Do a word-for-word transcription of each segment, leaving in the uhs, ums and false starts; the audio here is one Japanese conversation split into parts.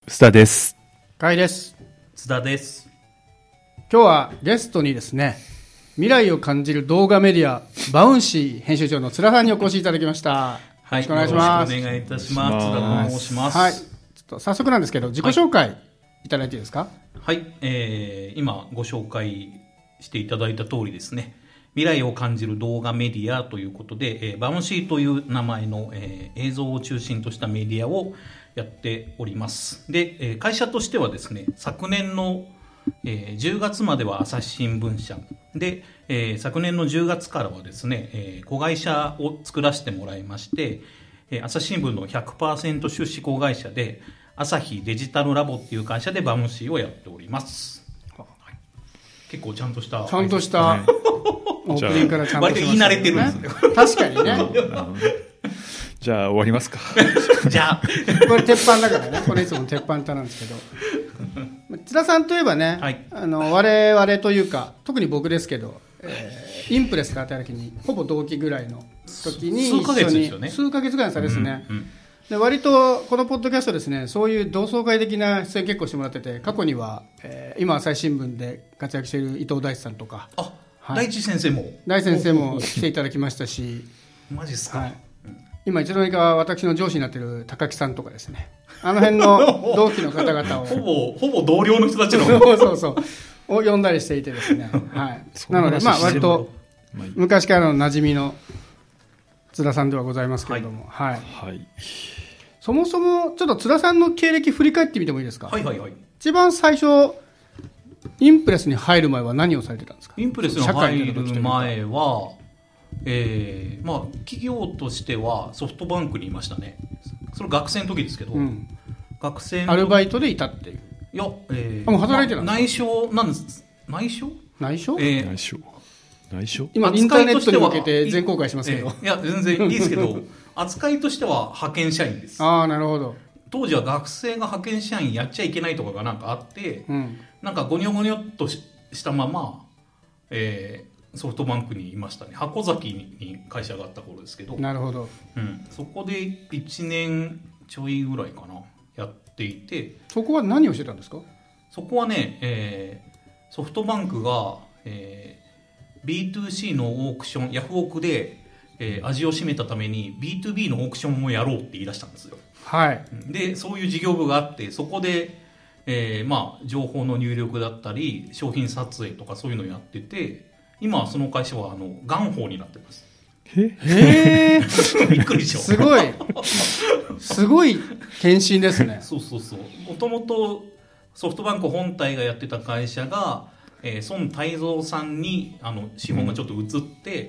須田です。 かいです。 津田です。 今日はゲストにですね、未来を感じる動画メディアバウンシー編集長の津田さんにお越しいただきました。 はい、 よろしくお願いします。 よろしくお願いいたします。津田と申します。 はい、ちょっと早速なんですけど自己紹介いただいていいですか？ はい、えー、今ご紹介していただいた通りですね、未来を感じる動画メディアということで、えー、バウンシーという名前の、えー、映像を中心としたメディアをやっております。で、えー、会社としてはですね、昨年の、えー、じゅうがつまでは朝日新聞社で、えー、昨年のじゅうがつからはですね、えー、子会社を作らせてもらいまして、えー、朝日新聞の ひゃくパーセント 出資子会社で朝日デジタルラボっていう会社でバウンシーをやっております。はい、結構ちゃんとしたちゃんとしたオープニングからちゃんとしてましたね。割と言い慣れてるんですよ。 確かにね。 じゃあ終わりますか。 じゃあこれ鉄板だからね。これいつも鉄板なんですけど、津田さんといえばね、はい、あの我々というか特に僕ですけど、えー、インプレスで働きにほぼ同期ぐらいの時に一緒に数ヶ月ですよね。 数ヶ月ぐらいの差ですね。 うんうん、 で割とこのポッドキャストですね、そういう同窓会的な出演結構してもらってて、過去には、えー、今朝日新聞で活躍している伊藤大地さんとか、 あ、はい、大地先生も大地先生も来ていただきましたし、 マジっすか。はい、 今一度にか私の上司になっている高木さんとかですね、あの辺の同期の方々をほぼほぼ同僚の人たちのそうそうそうを呼んだりしていてですね、はい、なのでまあ割と昔からの馴染みの津田さんではございますけれども、はい、はいはい、そもそもちょっと津田さんの経歴振り返ってみてもいいですか？ はいはいはい。 一番最初インプレスに入る前は何をされてたんですか？ インプレスに入る前は、えーまあ、企業としてはソフトバンクにいましたね。それ学生の時ですけど、うん、学生のアルバイトでいたっていう。 いや、えー、あもう働いてたんですか？ 内緒なんです。内緒内緒、 えー、 内緒内緒今インターネットに向けて全公開しますけど、 えー、いや全然いいですけど扱いとしては派遣社員です。 ああ、なるほど。 当時は学生が派遣社員やっちゃいけないとかがなんかあって、うん、なんかゴニョゴニョっとしたまま、えー、ソフトバンクにいましたね。箱崎に会社があった頃ですけど。 なるほど、 うん、そこでいちねんちょいぐらいかなやっていて。 そこは何をしてたんですか？ そこはね、えー、ソフトバンクが、えー、ビーツーシー のオークション、ヤフオクで、えー、味を占めたために ビーツービー のオークションもやろうって言い出したんですよ。 はい、 でそういう事業部があって、そこで、えーまあ、情報の入力だったり商品撮影とかそういうのをやってて、今はその会社はあのガンホーになってます。 へーびっくりでしょ。 すごいすごい転身ですね。 そうそうそう。もともとソフトバンク本体がやってた会社が、えー、孫泰造さんにあの資本がちょっと移って、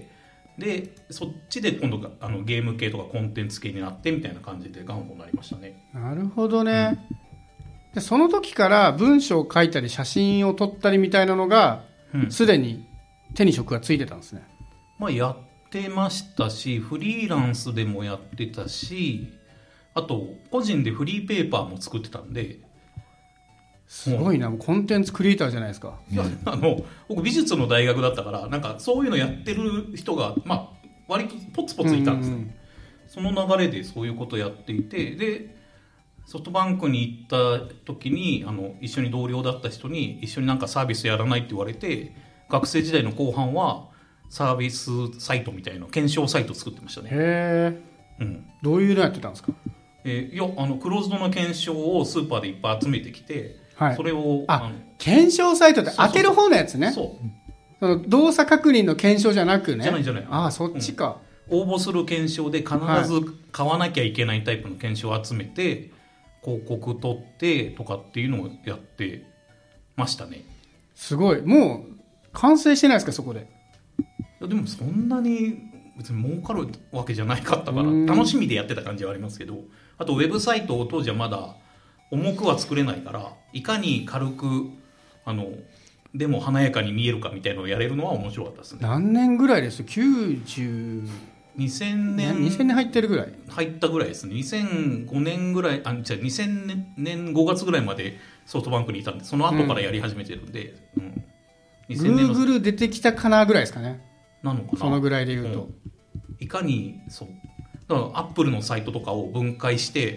うん、でそっちで今度あのゲーム系とかコンテンツ系になってみたいな感じでガンホーになりましたね。 なるほどね、うん、でその時から文章を書いたり写真を撮ったりみたいなのがすで、うん、に手に職がついてたんですね。 まあ、やってましたし、フリーランスでもやってたし、あと個人でフリーペーパーも作ってたんで。 すごいな、コンテンツクリエイターじゃないですか。 いや、あの僕美術の大学だったから、なんかそういうのやってる人が、まあ、割とポツポツいたんですね、うんうん、その流れでそういうことをやっていて、でソフトバンクに行った時にあの一緒に同僚だった人に一緒になんかサービスやらないって言われて、学生時代の後半はサービスサイトみたいな検証サイト作ってましたね。 へー、うん、どういうのやってたんですか？ えー、いやあのクローズドの検証をスーパーでいっぱい集めてきて、はい、それをああ検証サイトって開ける方のやつね。 そうそう、 その動作確認の検証じゃなくね。 じゃないじゃない。 ああ、そっちか、 うん、応募する検証で必ず買わなきゃいけないタイプの検証を集めて、はい、広告取ってとかっていうのをやってましたね。 すごい。もう完成してないですか、そこで？ いやでもそんなに別に儲かるわけじゃないかったから楽しみでやってた感じはありますけど、あとウェブサイトを当時はまだ重くは作れないから、いかに軽くあのでも華やかに見えるかみたいなのをやれるのは面白かったですね。 何年ぐらいです？きゅうじゅうにせんねんにせんねん入ってるぐらい入ったぐらいですね。にせんごねんぐらい、あ、じゃあにせんねんごがつぐらいまでソフトバンクにいたんで、その後からやり始めてるんで、うんうん、 にせんねんの Google 出てきたかなぐらいですかね。 なのかな、 そのぐらいで言うと、 うん、いかにそうだからアップルのサイトとかを分解して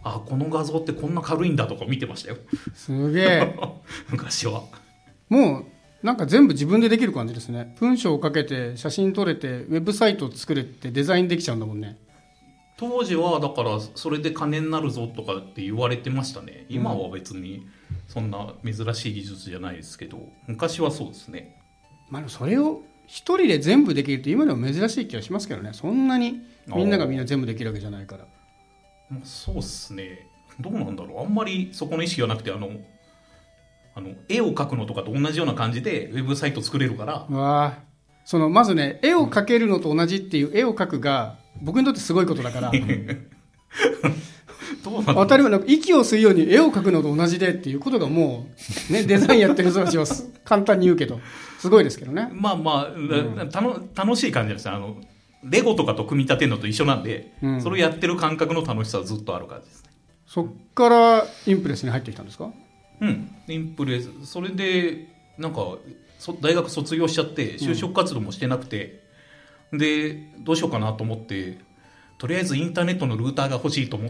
あこの画像ってこんな軽いんだとか見てましたよ。 すげえ昔は。 もうなんか全部自分でできる感じですね。文章をかけて写真撮れてウェブサイトを作れてデザインできちゃうんだもんね。 当時はだからそれで金になるぞとかって言われてましたね。今は別にそんな珍しい技術じゃないですけど、昔はそうですね。 まあ、それを一人で全部できるって今でも珍しい気がしますけどね。そんなにみんながみんな全部できるわけじゃないから。 そうですね。どうなんだろう。あんまりそこの意識がなくて、あのあの絵を描くのとかと同じような感じでウェブサイト作れるから。 わそのまずね、絵を描けるのと同じっていう、絵を描くが僕にとってすごいことだからどう当たり前、息を吸うように絵を描くのと同じでっていうことがもう、ね、デザインやってる人たちは簡単に言うけどすごいですけどね。 まあまあ、うん、たの楽しい感じですね。あのレゴとかと組み立てるのと一緒なんで、うん、それをやってる感覚の楽しさはずっとある感じですね。 そっからインプレスに入ってきたんですか？ うん、インプレス、それでなんか大学卒業しちゃって就職活動もしてなくて、うん、でどうしようかなと思って、とりあえずインターネットのルーターが欲しいと思って、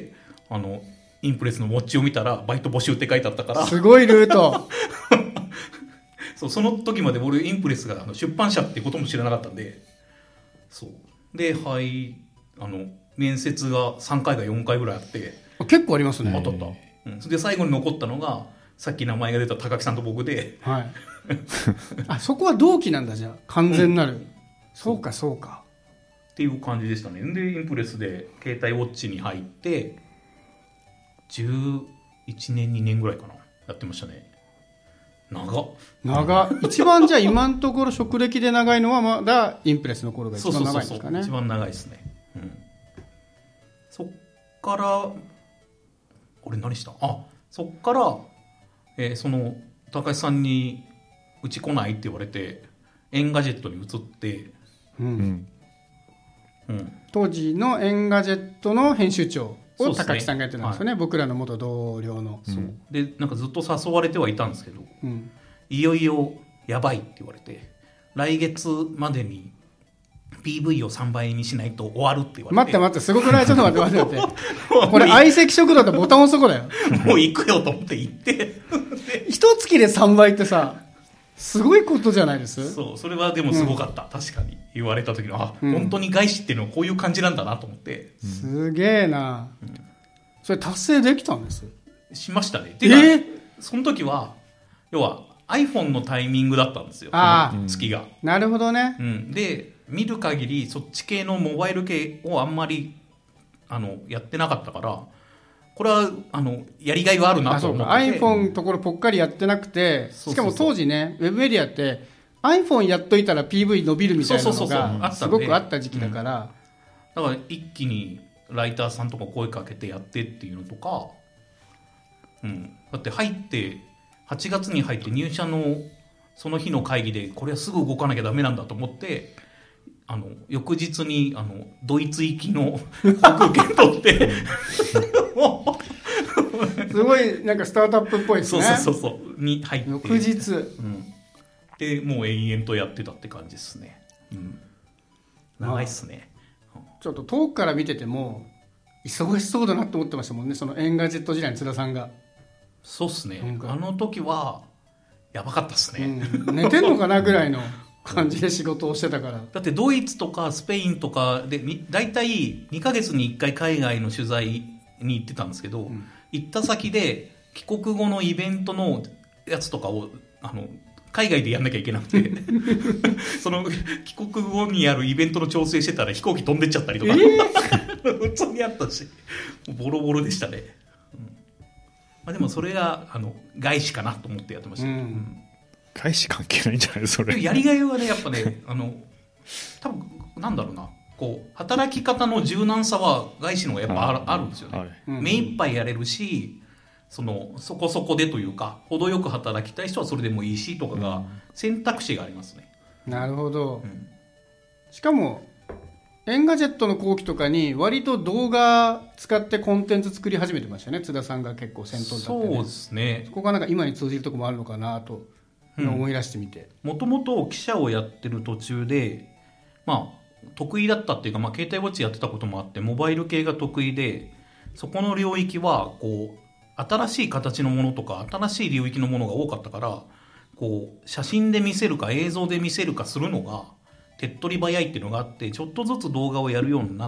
あのインプレスのウォッチを見たらバイト募集って書いてあったから、 すごいルートそう、その時まで俺インプレスがあの出版社ってことも知らなかったんで、そうで、はい、あの面接がさんかいかよんかいぐらいあって、 結構ありますね。 当たった、うん、で最後に残ったのがさっき名前が出た高木さんと僕で、 はい、あそこは同期なんだ。じゃあ完全なる、うん、そうかそうかっていう感じでしたね。でインプレスで携帯ウォッチに入ってじゅういちねんにねんぐらいかなやってましたね。長長一番じゃあ今のところ職歴で長いのはまだインプレスの頃が一番長いんですかね。 そうそうそうそう、一番長いですね、うん、そっから俺何したあそっから、えー、その高橋さんにうち来ないって言われてエンガジェットに移って、うんうん、当時のエンガジェットの編集長を高木さんがやってたんですよね、はい、僕らの元同僚の、 そうでなんかずっと誘われてはいたんですけど、うん、いよいよやばいって言われて来月までに ピーブイ をさんばいにしないと終わるって言われて、 待って待ってすごくない？ちょっと待って待って待ってこれ相席食堂ってボタン押すとこだよもう行くよと思って行って一月でさんばいってさすごいことじゃないです？ そうそれはでもすごかった、うん、確かに言われた時のあ、うん、本当に外資っていうのはこういう感じなんだなと思って、 うん、すげえな、うん、それ達成できたんです？ しましたね。っていうか、えー、その時は要は iPhone のタイミングだったんですよ、 あその月が、 うん、なるほどね、 うん、で見る限りそっち系のモバイル系をあんまりあのやってなかったから、これはあのやりがいはあるなと思ってて、 iPhone のところぽっかりやってなくて、しかも当時ねウェブメディアって iPhone やっといたら ピーブイ 伸びるみたいなのがすごくあった時期だから、 だから一気にライターさんとか声かけてやってっていうのとか、うん、だって入ってはちがつに入って入社のその日の会議でこれはすぐ動かなきゃダメなんだと思って、あの翌日にあのドイツ行きの航空券取ってすごいなんかスタートアップっぽいですね。 そうそうそうに入って翌日、うん、 でもう延々とやってたって感じですね、うん、長いっすね、 まあ、ちょっと遠くから見てても忙しそうだなと思ってましたもんね、そのエンガジェット時代の津田さんが。 そうっすね、あの時はやばかったっすね、 うん、寝てんのかなぐらいの感じで仕事をしてたからだってドイツとかスペインとかでだいたいにかげつにいっかい海外の取材に行ってたんですけど、うん、行った先で帰国後のイベントのやつとかをあの海外でやんなきゃいけなくてその帰国後にやるイベントの調整してたら飛行機飛んでっちゃったりとか、えー、普通にあったしボロボロでしたね、うん、まあ、でもそれがあの外資かなと思ってやってました、うんうん、 外資関係ないんじゃないそれ。 やりがいはねやっぱねあの多分なんだろうな、こう働き方の柔軟さは外資の方がやっぱ あ る, あるんですよね、はい、目いっぱいやれるし、そのそこそこでというか程よく働きたい人はそれでもいいしとかが選択肢がありますね、 うん、なるほど、うん、しかもエンガジェットの後期とかに割と動画使ってコンテンツ作り始めてましたね、津田さんが結構先頭に立って、ね、 そうですね。 そこがなんか今に通じるところもあるのかなと思い出してみて、 もともと記者をやってる途中で、まあ、得意だったっていうか、まあ、携帯ウォッチやってたこともあってモバイル系が得意で、 そこの領域はこう新しい形のものとか新しい領域のものが多かったから、こう写真で見せるか映像で見せるかするのが手っ取り早いっていうのがあって、ちょっとずつ動画をやるようになって、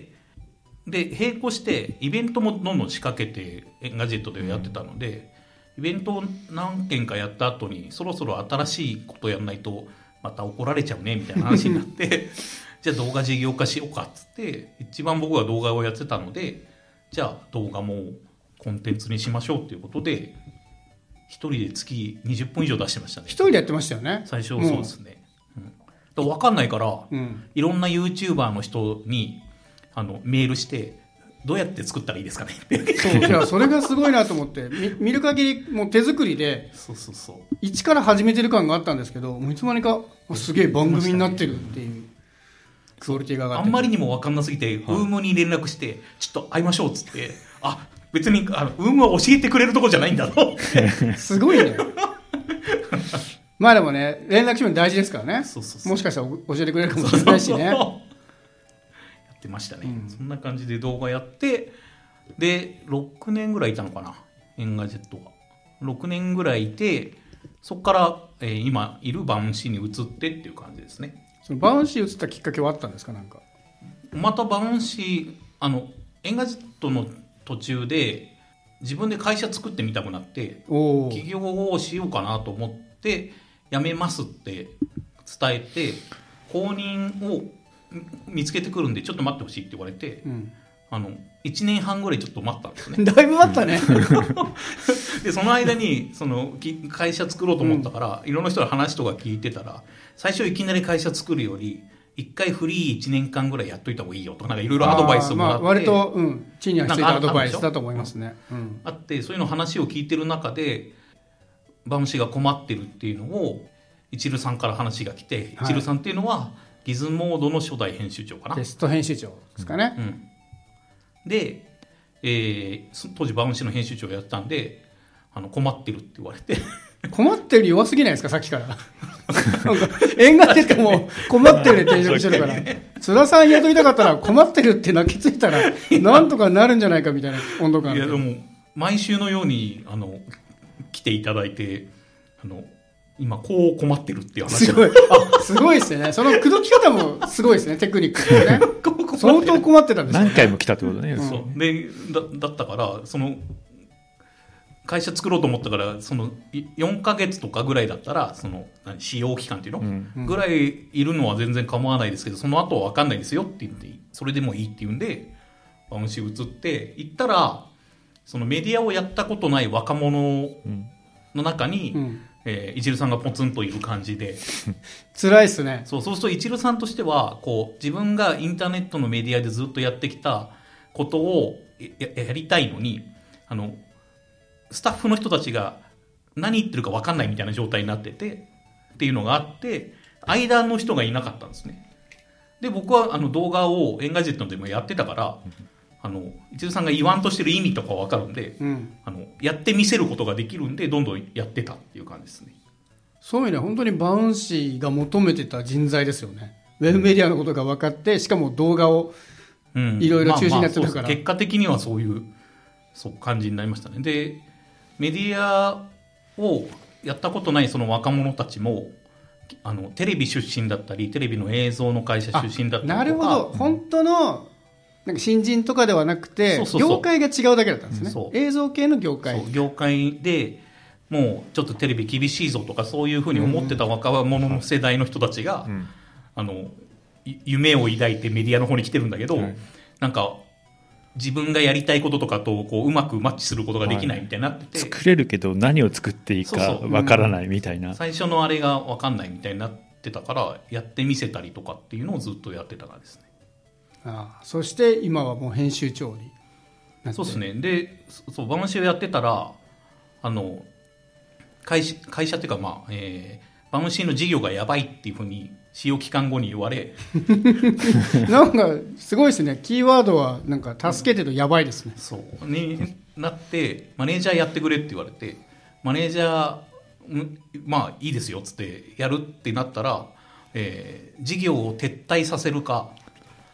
で並行してイベントもどんどん仕掛けてエンガジェットでやってたので、イベントを何件かやった後にそろそろ新しいことやらないとまた怒られちゃうねみたいな話になってじゃあ動画事業化しようかっつって、一番僕が動画をやってたので、じゃあ動画もコンテンツにしましょうっていうことで一人で月にじゅっぷん以上出してましたね。 一人でやってましたよね最初。そうですね、うん、だ分かんないから、うん、いろんな YouTuber の人にあのメールしてどうやって作ったらいいですかねってそう、いやそれがすごいなと思って見、見る限りもう手作りでそうそうそう一から始めてる感があったんですけど、もういつまにかすげえ番組になってるっていうクオリティが上がって、 あんまりにも分かんなすぎて、はい、ウームに連絡してちょっと会いましょうっつって、あ別にあのウームは教えてくれるとこじゃないんだぞすごいねまあでもね連絡しも大事ですからね。 そうそうそう、 もしかしたら教えてくれるかもしれないしね。 そうそうそうやってましたね、うん、そんな感じで動画やって、でろくねんぐらいいたのかな、エンガジェットがろくねんぐらいいて、そこから、えー、今いるバウンシーに移ってっていう感じですね。 そのバウンシー移ったきっかけはあったんですか？なんかまたバウンシーあのエンガジェットの途中で自分で会社作ってみたくなって、起業をしようかなと思って辞めますって伝えて、後任を見つけてくるんでちょっと待ってほしいって言われて、うん、あのいちねんはんぐらいちょっと待ったんですねだいぶ待ったねでその間にその会社作ろうと思ったから、うん、いろんな人の話とか聞いてたら、最初いきなり会社作るより一回フリーいちねんかんぐらいやっといた方がいいよとか、なんかいろいろアドバイスをもらって、 まあ、割と、うん、地に足ついたアドバイスだと思いますね。 あ, うん、あって、そういうの話を聞いてる中でバウンシーが困ってるっていうのをいちるさんから話が来て、はい、いちるさんっていうのはギズモードの初代編集長かな、 ゲスト編集長ですかね、 うんうん、で、えー、当時バウンシーの編集長をやってたんで、あの困ってるって言われて困ってる弱すぎないですかさっきからなんか縁が出ても困ってるって転職してるから津田さん雇いたかったら困ってるって泣きついたらなんとかなるんじゃないかみたいな温度感。 いやでも毎週のようにあの来ていただいて、あの今こう困ってるっていう話。 すごい。あ、すごいですね。その口説き方もすごいですね。テクニックでね。相当困ってたんですよね。 何回も来たってことね。 うん、そうで だ, だったからその会社作ろうと思ったから、そのよんかげつとかぐらいだったら、その使用期間っていうの、うん、ぐらいいるのは全然構わないですけど、その後は分かんないですよって言って、それでもいいって言うんでバウンシー移って行ったら、そのメディアをやったことない若者の中に、うん、えー、いちるさんがポツンといる感じで辛いっすね。 そう、そうするといちるさんとしてはこう自分がインターネットのメディアでずっとやってきたことを や, やりたいのに、あのスタッフの人たちが何言ってるか分かんないみたいな状態になっててっていうのがあって、間の人がいなかったんですね。で僕はあの動画をエンガジェットでもやってたから、あのいちるさんが言わんとしてる意味とか分かるんで、うん、あのやってみせることができるんでどんどんやってたっていう感じですね。 そういう意味では本当にバウンシーが求めてた人材ですよね。ウェブメディアのことが分かって、しかも動画をいろいろ中心にやってたから、まあまあ、 結果的にはそういうそう感じになりましたね。でメディアをやったことないその若者たちも、あのテレビ出身だったりテレビの映像の会社出身だったりとか。 なるほど、うん、本当のなんか新人とかではなくて、そうそうそう、業界が違うだけだったんですね。そう、映像系の業界、 そう業界でもうちょっとテレビ厳しいぞとかそういうふうに思ってた若者の世代の人たちが、うん、あの夢を抱いてメディアの方に来てるんだけど、うん、なんか自分がやりたいこととかとこううまくマッチすることができないみたいになってて、 はい、作れるけど何を作っていいかわからないみたいな、 そうそう、うん、最初のあれがわかんないみたいになってたからやってみせたりとかっていうのをずっとやってたからですね。 ああ、そして今はもう編集長になって。 そうですね。でそうバウンシーをやってたら、あの会社会社っていうか、まあえー、バウンシーの事業がやばいっていうふうに使用期間後に言われなんかすごいですね。キーワードはなんか助けてるとやばいですね、 うん、そうになってマネージャーやってくれって言われて、マネージャーまあいいですよっつってやるってなったら、えー、事業を撤退させるか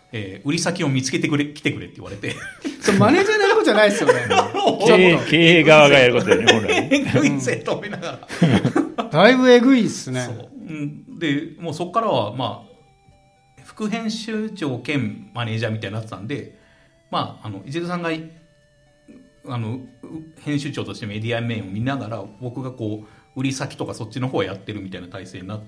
えー、売り先を見つけてくれ、来てくれって言われて。 それマネージャーのやることじゃないですよね。 経営、経営側がやることだよね、本来。 えぐいぜと思いながら。だいぶえぐいっすね。 そう。うん、で、もうそこからは、まあ、副編集長兼マネージャーみたいになってたんで、まあ、あの、石田さんが、あの、編集長としてメディア面を見ながら、僕がこう、売り先とかそっちの方をやってるみたいな体制になって、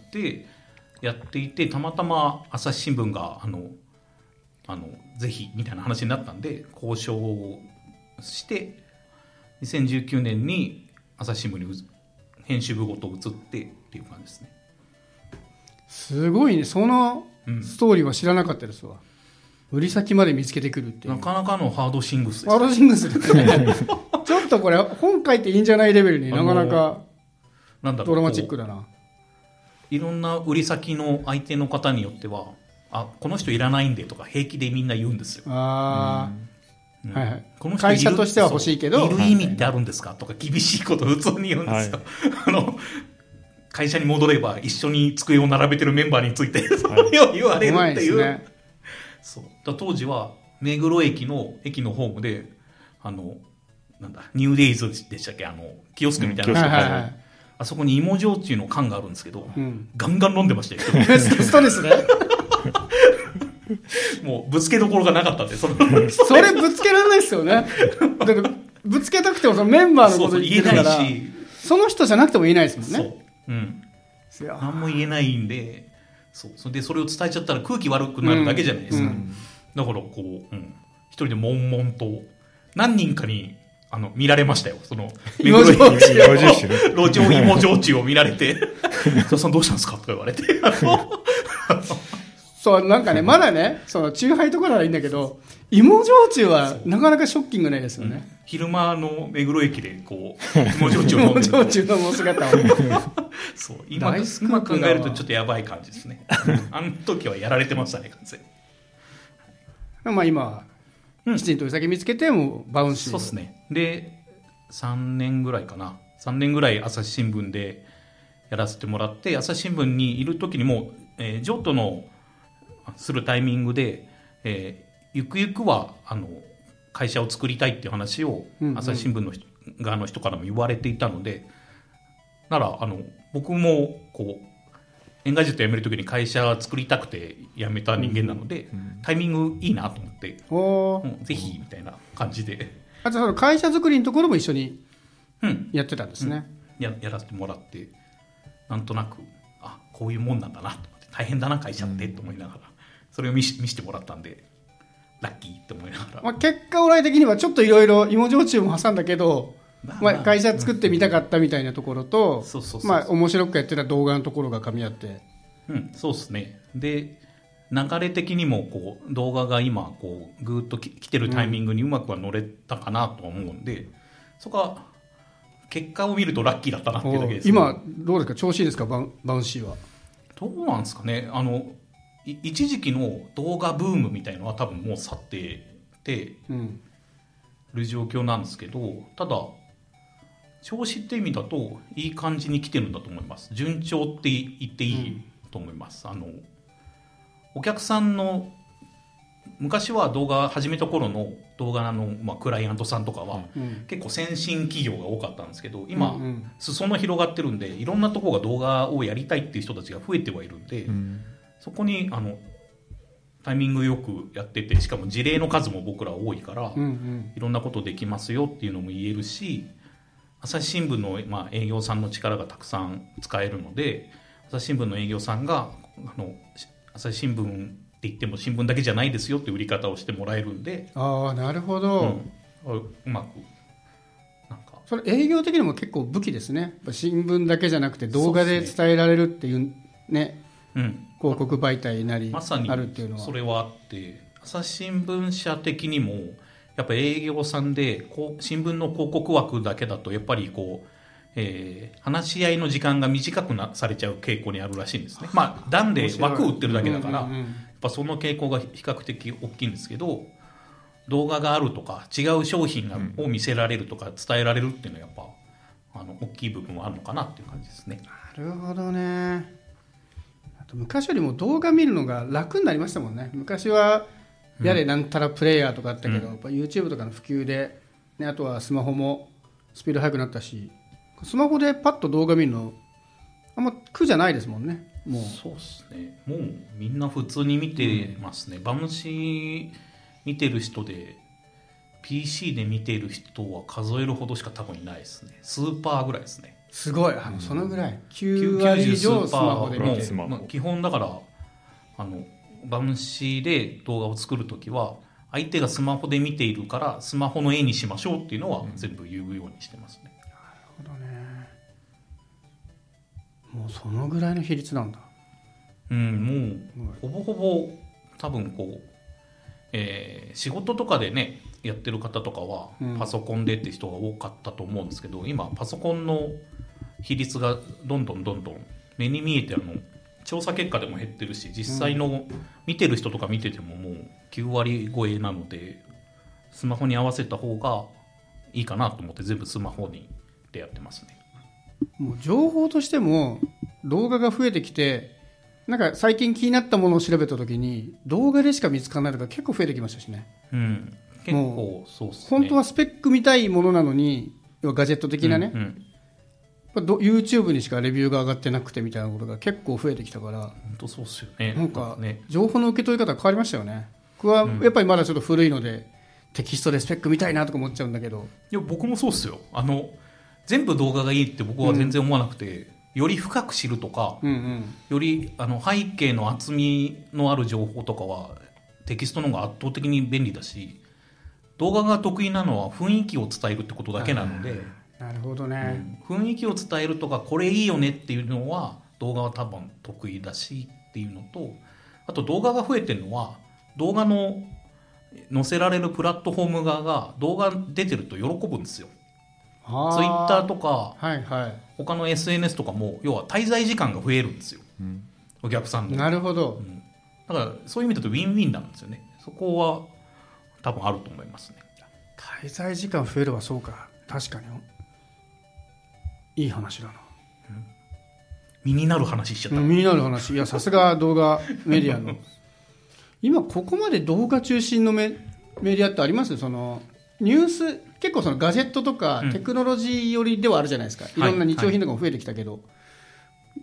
やっていて、たまたま朝日新聞が、あの、あの、ぜひ、みたいな話になったんで、交渉をして、にせんじゅうきゅうねんに朝日新聞に編集部ごと移ってっていう感じですね。 すごいね。そのストーリーは知らなかったですわ。うん、売り先まで見つけてくるっていう。 なかなかのハードシングスです、 ね。ハードシングスですね。ちょっとこれ、本書いていいんじゃないレベルになかなかドラマチックだな。 いろんな売り先の相手の方によっては、あ、この人いらないんでとか平気でみんな言うんですよ。 ああ、うんはいはい。 この人会社としては欲しいけど。 いる意味ってあるんですかとか厳しいことを普通に言うんですよ。はい、あの、会社に戻れば一緒に机を並べてるメンバーについて、それを言われるっていう。ね、そうだ当時は目黒駅の駅のホームで、あの、なんだ、ニューデイズでしたっけあの、キオスクみたいなのが、うんはいはいはい、あそこに芋焼酎の缶があるんですけど、うん、ガンガン飲んでましたよ。 ストレスね。 もうぶつけどころがなかったんで、そのそれぶつけられないですよね。だってぶつけたくてもそのメンバーのこと言ってるから、そうそう言えないし、その人じゃなくても言えないですもんね。 そう。うん。何も言えないんで、そう。それでそれを伝えちゃったら空気悪くなるだけじゃないですか。うんうん、だからこう、うん、一人で悶々と何人かにあの見られましたよ。その芋焼酎路上芋焼酎を見られて、津田さんどうしたんですかとか言われて。 そうなんかねまだねそのチューハイとかならいいんだけど芋焼酎はなかなかショッキングないですよね、うん、 昼間の目黒駅でこう芋焼酎を飲んでる芋焼酎の姿をそう 今, 今考えるとちょっとやばい感じですねあの時はやられてましたね完全にまあ今は、うん、きちんとお酒見つけてもバウンシーそうですねでさんねんぐらいかなさんねんぐらい朝日新聞でやらせてもらって朝日新聞にいる時にも、えー、譲渡のするタイミングで、えー、ゆくゆくはあの会社を作りたいっていう話を朝日新聞の側の人からも言われていたので、ならあの僕もこうエンガジェット辞めるときに会社作りたくて辞めた人間なので、うんうん、タイミングいいなと思ってお、うん、ぜひみたいな感じであとその会社作りのところも一緒にやってたんですね、 うんうん、や, やらせてもらってなんとなくあこういうもんなんだなと思って大変だな会社ってと思いながら、うん、それを見せてもらったんでラッキーって思いながら、 まあ、結果オーライ的にはちょっといろいろ芋焼酎も挟んだけど、まあまあ、会社作ってみたかったみたいなところと面白くやってた動画のところが噛み合ってうんそうですねで流れ的にもこう動画が今こうぐーっとき来てるタイミングにうまくは乗れたかなと思うんで、うん、そこは結果を見るとラッキーだったなっていうだけです、ね、 今どうですか調子いいですかバウンシーはどうなんですかねあの一時期の動画ブームみたいのは多分もう去っててる状況なんですけど、うん、ただ調子って意味だといい感じに来てるんだと思います順調って言っていいと思います、うん、あのお客さんの昔は動画始めた頃の動画の、まあ、クライアントさんとかは、うん、結構先進企業が多かったんですけど今、うんうん、裾野広がってるんでいろんなところが動画をやりたいっていう人たちが増えてはいるんで、うんそこにあのタイミングよくやっててしかも事例の数も僕ら多いから、うんうん、いろんなことできますよっていうのも言えるし朝日新聞の、まあ、営業さんの力がたくさん使えるので朝日新聞の営業さんがあの朝日新聞って言っても新聞だけじゃないですよって売り方をしてもらえるんでああなるほど、 うん、うまくなんかそれ営業的にも結構武器ですね新聞だけじゃなくて動画で伝えられるっていうねうん、広告媒体なりあるっていうのは、 まさにそれはあって朝日新聞社的にもやっぱ営業さんでこう新聞の広告枠だけだとやっぱりこう、えー、話し合いの時間が短くなされちゃう傾向にあるらしいんですねまあ段で枠売ってるだけだから、うんうんうん、やっぱその傾向が比較的大きいんですけど動画があるとか違う商品が、うん、を見せられるとか伝えられるっていうのはやっぱあの大きい部分はあるのかなっていう感じですねなるほどね昔よりも動画見るのが楽になりましたもんね昔はやれなんたらプレイヤーとかあったけど、うん、やっぱ YouTube とかの普及で、ね、あとはスマホもスピード速くなったし、スマホでパッと動画見るのあんま苦じゃないですもんね。もうそうですね。もうみんな普通に見てますね。バムシ見てる人で ピーシー で見ている人は数えるほどしか多分いないですね。スーパーぐらいですね。 すごい、あのそのぐらいきゅうわり以上スマホで見てる。 まあ、基本だからあのバムシで動画を作るときは相手がスマホで見ているからスマホの絵にしましょうっていうのは全部言うようにしてますね。 うん、なるほどね。もうそのぐらいの比率なんだ。 うん、もうほぼほぼ多分こう、えー、仕事とかでねやってる方とかはパソコンでって人が多かったと思うんですけど、うん、今パソコンの比率がどんどんどんどん目に見えてあの調査結果でも減ってるし、実際の見てる人とか見ててももうきゅうわり超えなので、スマホに合わせた方がいいかなと思って全部スマホにでやってますね。 もう情報としても動画が増えてきて、なんか最近気になったものを調べたときに動画でしか見つからないとか結構増えてきましたしね。 うん、結構そうですね。 本当はスペック見たいものなのに、ガジェット的なね、うんうんYouTube にしかレビューが上がってなくてみたいなことが結構増えてきたから、本当そうっすよね。 なんか情報の受け取り方変わりましたよね。僕はやっぱりまだちょっと古いので、うん、テキストでスペック見たいなとか思っちゃうんだけど、 いや僕もそうっすよ。あの全部動画がいいって僕は全然思わなくて、うん、より深く知るとか、うんうん、よりあの背景の厚みのある情報とかはテキストの方が圧倒的に便利だし、動画が得意なのは雰囲気を伝えるってことだけなので、 なるほどね、 うん、雰囲気を伝えるとかこれいいよねっていうのは動画は多分得意だしっていうのと、あと動画が増えてるのは動画の載せられるプラットフォーム側が動画出てると喜ぶんですよ。ツイッターとか、はいはい、他の エスエヌエス とかも要は滞在時間が増えるんですよ、うん、お客さんの。 なるほど、 うん、だからそういう意味だとウィンウィンなんですよね。そこは多分あると思いますね。 滞在時間増えればそうか、確かにいい話だな、 うん、身になる話しちゃった。 身になる話。いやさすが動画メディアの今ここまで動画中心のメ、メディアってあります？そのニュース結構そのガジェットとかテクノロジー寄りではあるじゃないですか、うん、いろんな日用品とかも増えてきたけど、はいはい、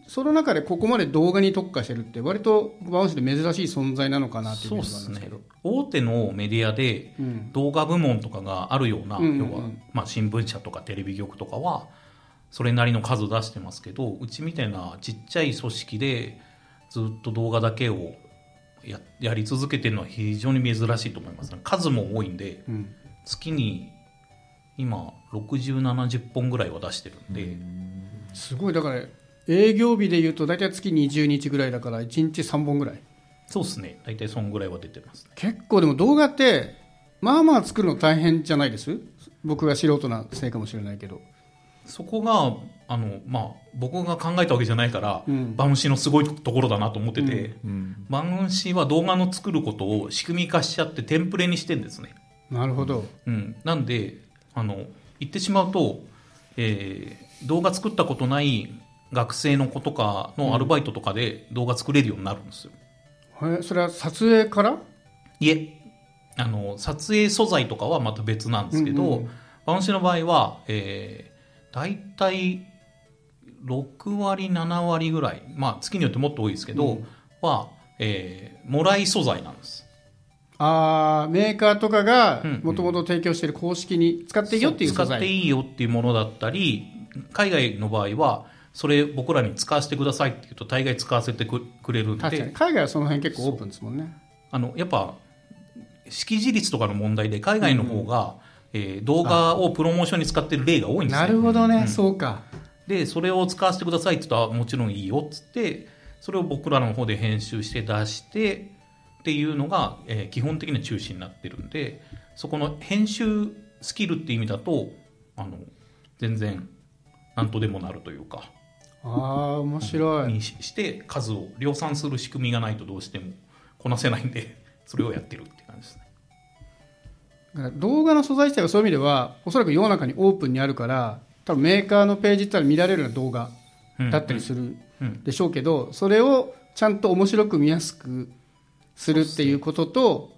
その中でここまで動画に特化してるって割とバウンスで珍しい存在なのかなっていう印象なんですけど。そうですね、 大手のメディアで動画部門とかがあるような、うん、要は、まあ、新聞社とかテレビ局とかはそれなりの数出してますけど、うちみたいなちっちゃい組織でずっと動画だけを や, やり続けてるのは非常に珍しいと思います、ね、数も多いんで、うん、月に今ろくじゅう、ななじゅっぽんぐらいは出してるんで、 すごい。だから営業日でいうと大体月にじゅうにちぐらいだからいちにちさんぼんぐらい。 そうですね、大体そんぐらいは出てます、ね、 結構でも動画ってまあまあ作るの大変じゃないです？僕が素人なせいかもしれないけど。 そこがあの、まあ、僕が考えたわけじゃないから、うん、バウンシーのすごいところだなと思ってて、うんうん、バウンシーは動画の作ることを仕組み化しちゃってテンプレにしてるんですね。 なるほど、 うん、なんであの言ってしまうと、えー、動画作ったことない学生の子とかのアルバイトとかで動画作れるようになるんですよ、 うん、それは撮影から？ いえ、あの撮影素材とかはまた別なんですけど、うんうん、バウンシーの場合は、えーだいたいろくわりななわりぐらい、まあ月によってもっと多いですけど、うん、は、えー、もらい素材なんです。 あー、メーカーとかがもともと提供している公式に使っていいよっていう素材、 使っていいよっていうものだったり、海外の場合はそれ僕らに使わせてくださいって言うと大概使わせてくれるんで。 確かに海外はその辺結構オープンですもんね。 あのやっぱ識字率とかの問題で海外の方が、うんうん、えー、動画をプロモーションに使ってる例が多いんですね。 なるほどね、うん、そうか。 でそれを使わせてくださいって言ったらもちろんいいよっつって、それを僕らの方で編集して出してっていうのが、えー、基本的な中心になってるんで、そこの編集スキルっていう意味だとあの全然なんとでもなるというか、 ああ面白い、 にして数を量産する仕組みがないとどうしてもこなせないんで、それをやってるって感じですね。 動画の素材自体はそういう意味ではおそらく世の中にオープンにあるから、多分メーカーのページって見られるような動画だったりするでしょうけど、それをちゃんと面白く見やすくするっていうことと、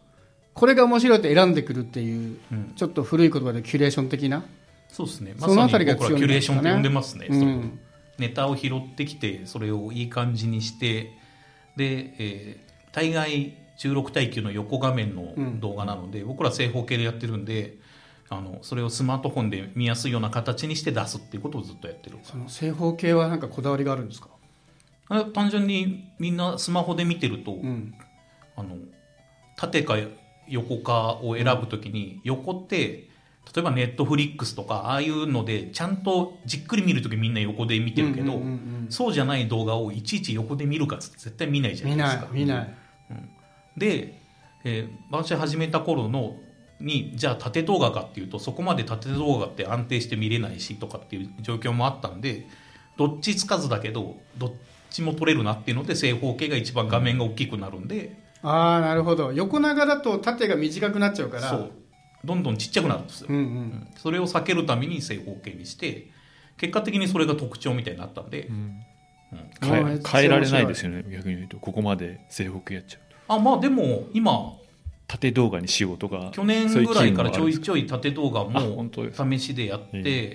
これが面白いって選んでくるっていう、うん、ちょっと古い言葉でキュレーション的な、 そうですね、まさに僕らキュレーションって呼んでますね、うん、ネタを拾ってきてそれをいい感じにしてで、えー、大概じゅうろくたいきゅうの横画面の動画なので、うん、僕ら正方形でやってるんであのそれをスマートフォンで見やすいような形にして出すっていうことをずっとやってる。 その正方形は何かこだわりがあるんですか？ あ、単純にみんなスマホで見てると、うん、あの縦か横かを選ぶときに、横って例えばネットフリックスとかああいうのでちゃんとじっくり見るときみんな横で見てるけど、うんうんうんうん、そうじゃない動画をいちいち横で見るかって絶対見ないじゃないですか。 見ない見ない、 うん、で、えー、バンシー始めた頃のにじゃあ縦動画かっていうとそこまで縦動画って安定して見れないしとかっていう状況もあったんで、どっちつかずだけどどっちも撮れるなっていうので正方形が一番画面が大きくなるんで、 うん、ああなるほど。横長だと縦が短くなっちゃうからそうどんどんちっちゃくなるんですよ、 うんうんうん、 それを避けるために正方形にして結果的にそれが特徴みたいになったんで、うんうん、変え、変えられないですよね。逆に言うとここまで正方形やっちゃうと。 あまあでも今縦動画にしようとか去年ぐらいからちょいちょい縦動画も試しでやって、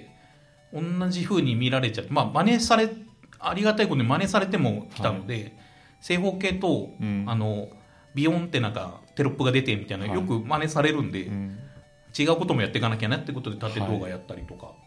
同じ風に見られちゃって、まあ真似されありがたいことに真似されてもきたので、はい、正方形と、うん、あのビヨンってなんかテロップが出てみたいな、はい、よく真似されるんで、うん、違うこともやっていかなきゃなってことで縦動画やったりとか、はい、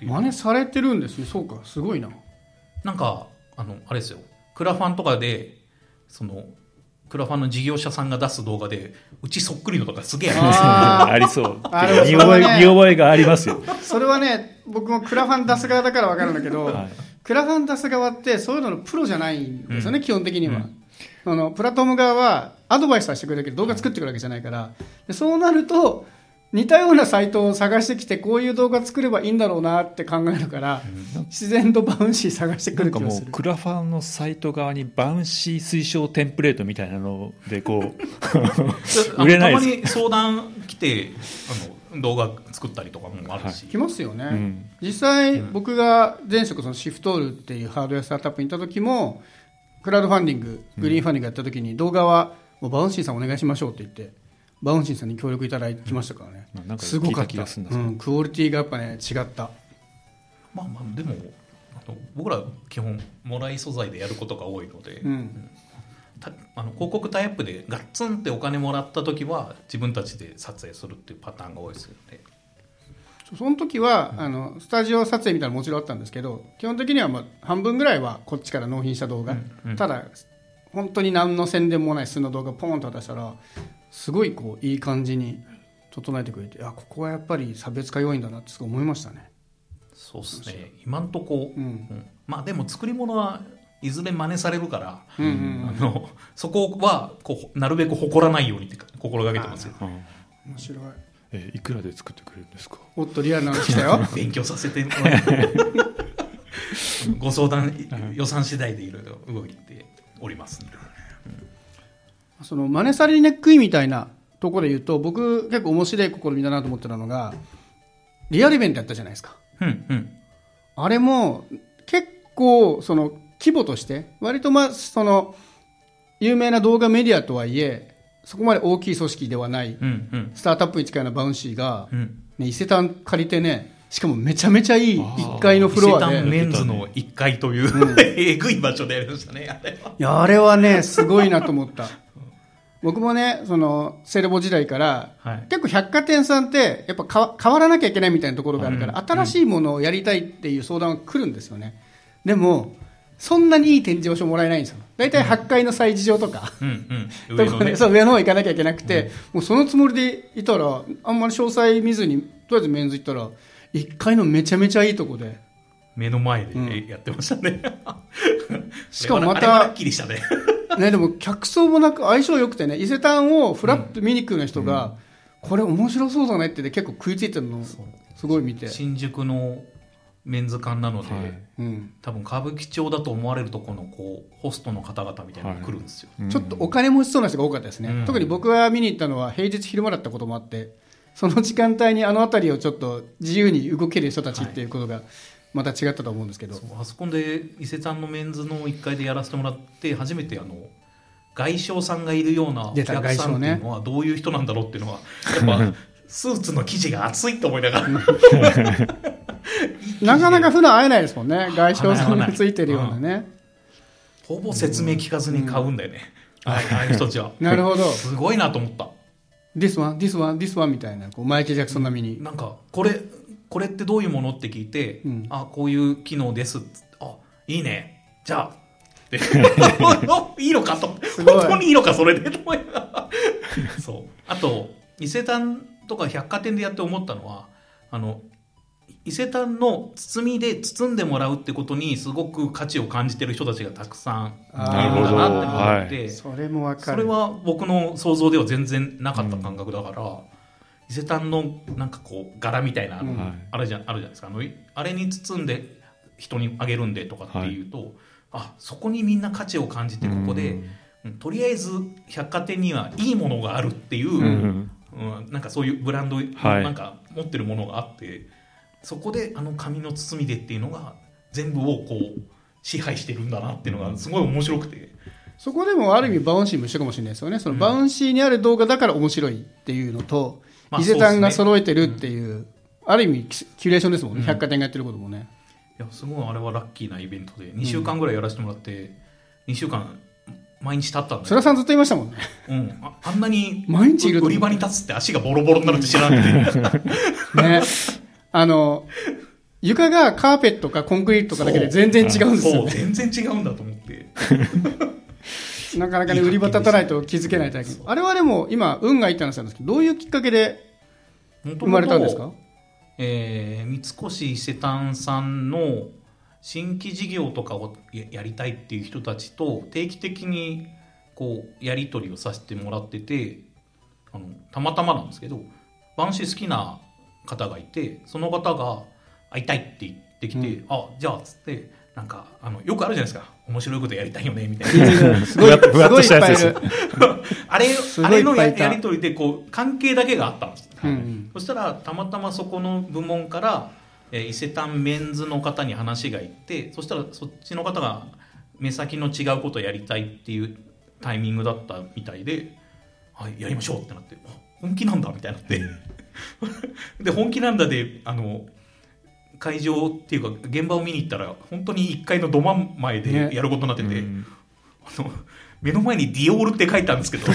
真似されてるんですね。そうか、すごいな。 なんかあのあれですよ、クラファンとかでそのクラファンの事業者さんが出す動画でうちそっくりのとかすげえありますよ、ね、 ありそう見覚え、見覚えがありますよ。 それはね僕もクラファン出す側だから分かるんだけど、はい、クラファン出す側ってそういうののプロじゃないんですよね、うん、基本的には、うん、そのプラットフォーム側はアドバイスさせてくれるけど動画作ってくるわけじゃないから、でそうなると似たようなサイトを探してきてこういう動画作ればいいんだろうなって考えるから、うん、自然とバウンシー探してくる気がする。 なんかもうクラファンのサイト側にバウンシー推奨テンプレートみたいなのでこう売れないです。 たまに相談来てあの動画作ったりとかもあるし、はい、 来ますよね、うん、実際、うん、僕が前職そのシフトールっていうハードウェアスタートアップに行った時もクラウドファンディンググリーンファンディングやった時に動画はもうバウンシーさんお願いしましょうって言ってバウンシーさんに協力いただきましたからね、うん、なんかすごかった、うん、クオリティがやっぱね違った。 まあまあでもあの僕ら基本もらい素材でやることが多いので、うん、たあの広告タイアップでガッツンってお金もらった時は自分たちで撮影するっていうパターンが多いですよね。 その時は、うん、あのスタジオ撮影みたいなのもちろんあったんですけど基本的にはまあ半分ぐらいはこっちから納品した動画、うんうん、ただ本当に何の宣伝もない普通の動画ポーンと渡したらすごいこういい感じに整えてくれて、あここはやっぱり差別化要因だなってすごい思いましたね。 そうですね、今んとこ、うんうん、まあでも作り物はいずれ真似されるから、うんうんうん、あのそこはこうなるべく誇らないようにって心がけてますよ。面白い。 えー、いくらで作ってくれるんですか？ おっとリアルなの来たよ勉強させてもらってご相談予算次第でいろいろ動いておりますので、 うん、その真似されにくいみたいなところで言うと僕結構面白い試みだなと思ってたのがリアルイベントやったじゃないですか、うんうん、あれも結構その規模として割とまあその有名な動画メディアとはいえそこまで大きい組織ではない、うんうん、スタートアップに近いようなバウンシーが、うんね、伊勢丹借りてねしかもめちゃめちゃいいいっかいのフロアで伊勢丹メンズのいっかいという、うん、えぐい場所でやりましたね。あれは、 いやあれはねすごいなと思った僕もねそのセレボ時代から、はい、結構百貨店さんってやっぱか変わらなきゃいけないみたいなところがあるから、うん、新しいものをやりたいっていう相談が来るんですよね、うん、でもそんなにいい展示場所もらえないんですよ。だいたいはちかいの催事場とか、うんうん、上のね、そう上の方行かなきゃいけなくて、うん、もうそのつもりでいたらあんまり詳細見ずにとりあえずメンズ行ったらいっかいのめちゃめちゃいいとこで目の前でやってましたね、 うん、しかもまたはっきりしたねね、でも客層もなく相性良くてね伊勢丹をフラッと見に来る人が、うん、これ面白そうだねって結構食いついてるのをすごい見て新宿のメンズ館なので、はいうん、多分歌舞伎町だと思われるとこのこうホストの方々みたいなのが来るんですよ、 はい、ちょっとお金持ちそうな人が多かったですね、うん、特に僕が見に行ったのは平日昼間だったこともあってその時間帯にあの辺りをちょっと自由に動ける人たちっていうことがまた違ったと思うんですけど、はい、 あそこで伊勢丹のメンズのいっかいでやらせてもらって初めてあの外相さんがいるようなお客さんっていうのはどういう人なんだろうっていうのは、やっぱスーツの生地が厚いと思いながらなかなか普段会えないですもんね、外相さんがついてるようなね、 うん、ほぼ説明聞かずに買うんだよね、うん、ああいう人たちはなるほど、 すごいなと思った。 This one, this one, this one みたいな、こうマイケル・ジャクソン並みに、 なんかこれこれってどういうものって聞いて、うん、あこういう機能ですって、あいいねじゃあっていいのかと、本当にいいのかそれでと思いながらそう。あと伊勢丹とか百貨店でやって思ったのは、あの伊勢丹の包みで包んでもらうってことにすごく価値を感じてる人たちがたくさんいるんだなって思って、はい、 それもわかる。 それは僕の想像では全然なかった感覚だから、うん、伊勢丹のなんかこう柄みたいなの、うん、あれじゃあるじゃないですか、あのあれに包んで人にあげるんでとかっていうと、はい、あそこにみんな価値を感じてここで、うん、とりあえず百貨店にはいいものがあるっていう、うんうん、なんかそういうブランド、はい、なんか持ってるものがあって、そこであの紙の包みでっていうのが全部をこう支配してるんだなっていうのがすごい面白くて、 そこでもある意味バウンシーも一緒かもしれないですよね。そのバウンシーにある動画だから面白いっていうのと、うん、伊勢丹が揃えてるっていう、まあ、うね、うん、ある意味キュレーションですもんね、うん、百貨店がやってることもね。 いやすごいあれはラッキーなイベントでにしゅうかんぐらいやらせてもらって、うん、にしゅうかん毎日立ったんだよ。 そらさんずっといましたもんね、 うん、あ, あんなに毎日いると売り場に立つって足がボロボロになるって知らなくてね、 あの床がカーペットかコンクリートかだけで全然違うんですよね。 そう全然違うんだと思ってなかなかね売り場立たないと気づけない体験。あれはでも今運がいいって話なんですけど、どういうきっかけで生まれたんですか？ えー、三越伊勢丹さんの新規事業とかをやりたいっていう人たちと定期的にこうやり取りをさせてもらってて、あのたまたまなんですけどバウンシー好きな方がいて、その方が会いたいって言ってきて、うん、あじゃあつってなんかあのよくあるじゃないですか、面白いことやりたいよねみたいなすごいふわっとしたやつですあれあれの や, やり取りでこう関係だけがあったんです、うんうん、そしたらたまたまそこの部門からえー、伊勢丹メンズの方に話がいって、そしたらそっちの方が目先の違うことをやりたいっていうタイミングだったみたいで、はい、やりましょうってなって、本気なんだみたいになってで本気なんだであの会場っていうか現場を見に行ったら本当にいっかいのど真ん前でやることになってて、ね、うん、あの目の前にディオールって書いてあるんですけど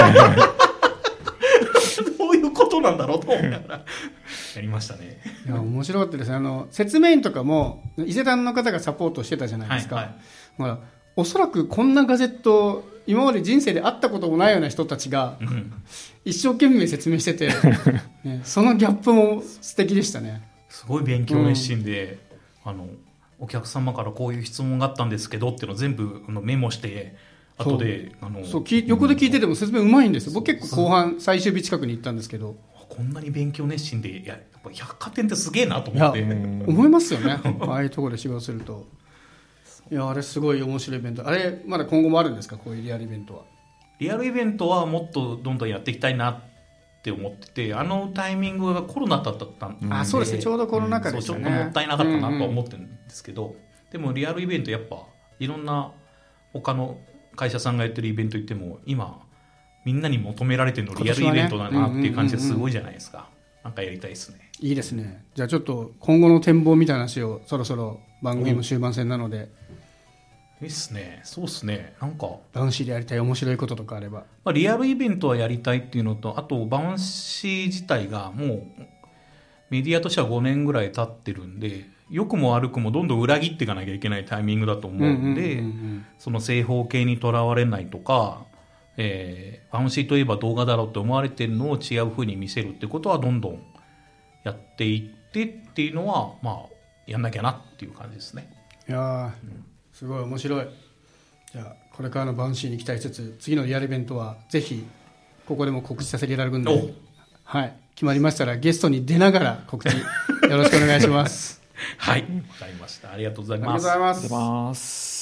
どういうことなんだろうと思いながらやりましたね。 いや面白かったですね。あの説明員とかも伊勢丹の方がサポートしてたじゃないですか、はいはい、まあ、おそらくこんなガジェット今まで人生で会ったこともないような人たちが一生懸命説明してて、ね、そのギャップも素敵でしたね。 すごい勉強熱心で、うん、あのお客様からこういう質問があったんですけどっていうのを全部メモして後であのそう横で聞いてても説明うまいんですよ。僕結構後半最終日近くに行ったんですけど、 こんなに勉強熱心で、いややっぱ百貨店ってすげえなと思って。 思いますよねああいうところで仕事すると。いやあれすごい面白いイベント。あれまだ今後もあるんですか、こういうリアルイベントは。 リアルイベントはもっとどんどんやっていきたいなって思ってて、あのタイミングがコロナだったんで、 あそうですね、ちょうどコロナ禍でしたね、 うん、そうちょっともったいなかったなとは思ってるんですけど、うんうん、でもリアルイベントやっぱいろんな他の会社さんがやってるイベント行っても今みんなに求められてるのリアルイベントだなっていう感じですごいじゃないですか。なんかやりたいですね。 いいですね。じゃあちょっと今後の展望みたいな話をそろそろ番組も終盤戦なので。 いいっすね。そうっすね。なんかバウンシーでやりたい面白いこととかあれば、 まあ、リアルイベントはやりたいっていうのと、あとバウンシー自体がもうメディアとしてはごねんぐらい経ってるんで、良くも悪くもどんどん裏切っていかなきゃいけないタイミングだと思うんで、その正方形にとらわれないとか、えー、バウンシーといえば動画だろうって思われてるのを違う風に見せるってことはどんどんやっていってっていうのはまあやんなきゃなっていう感じですね。 いやー、うん、すごい面白い。じゃあこれからのバウンシーに期待しつつ、次のリアルイベントはぜひここでも告知させていただくんで、はい、決まりましたらゲストに出ながら告知よろしくお願いしますはい、わかりました。ありがとうございます。 ありがとうございます。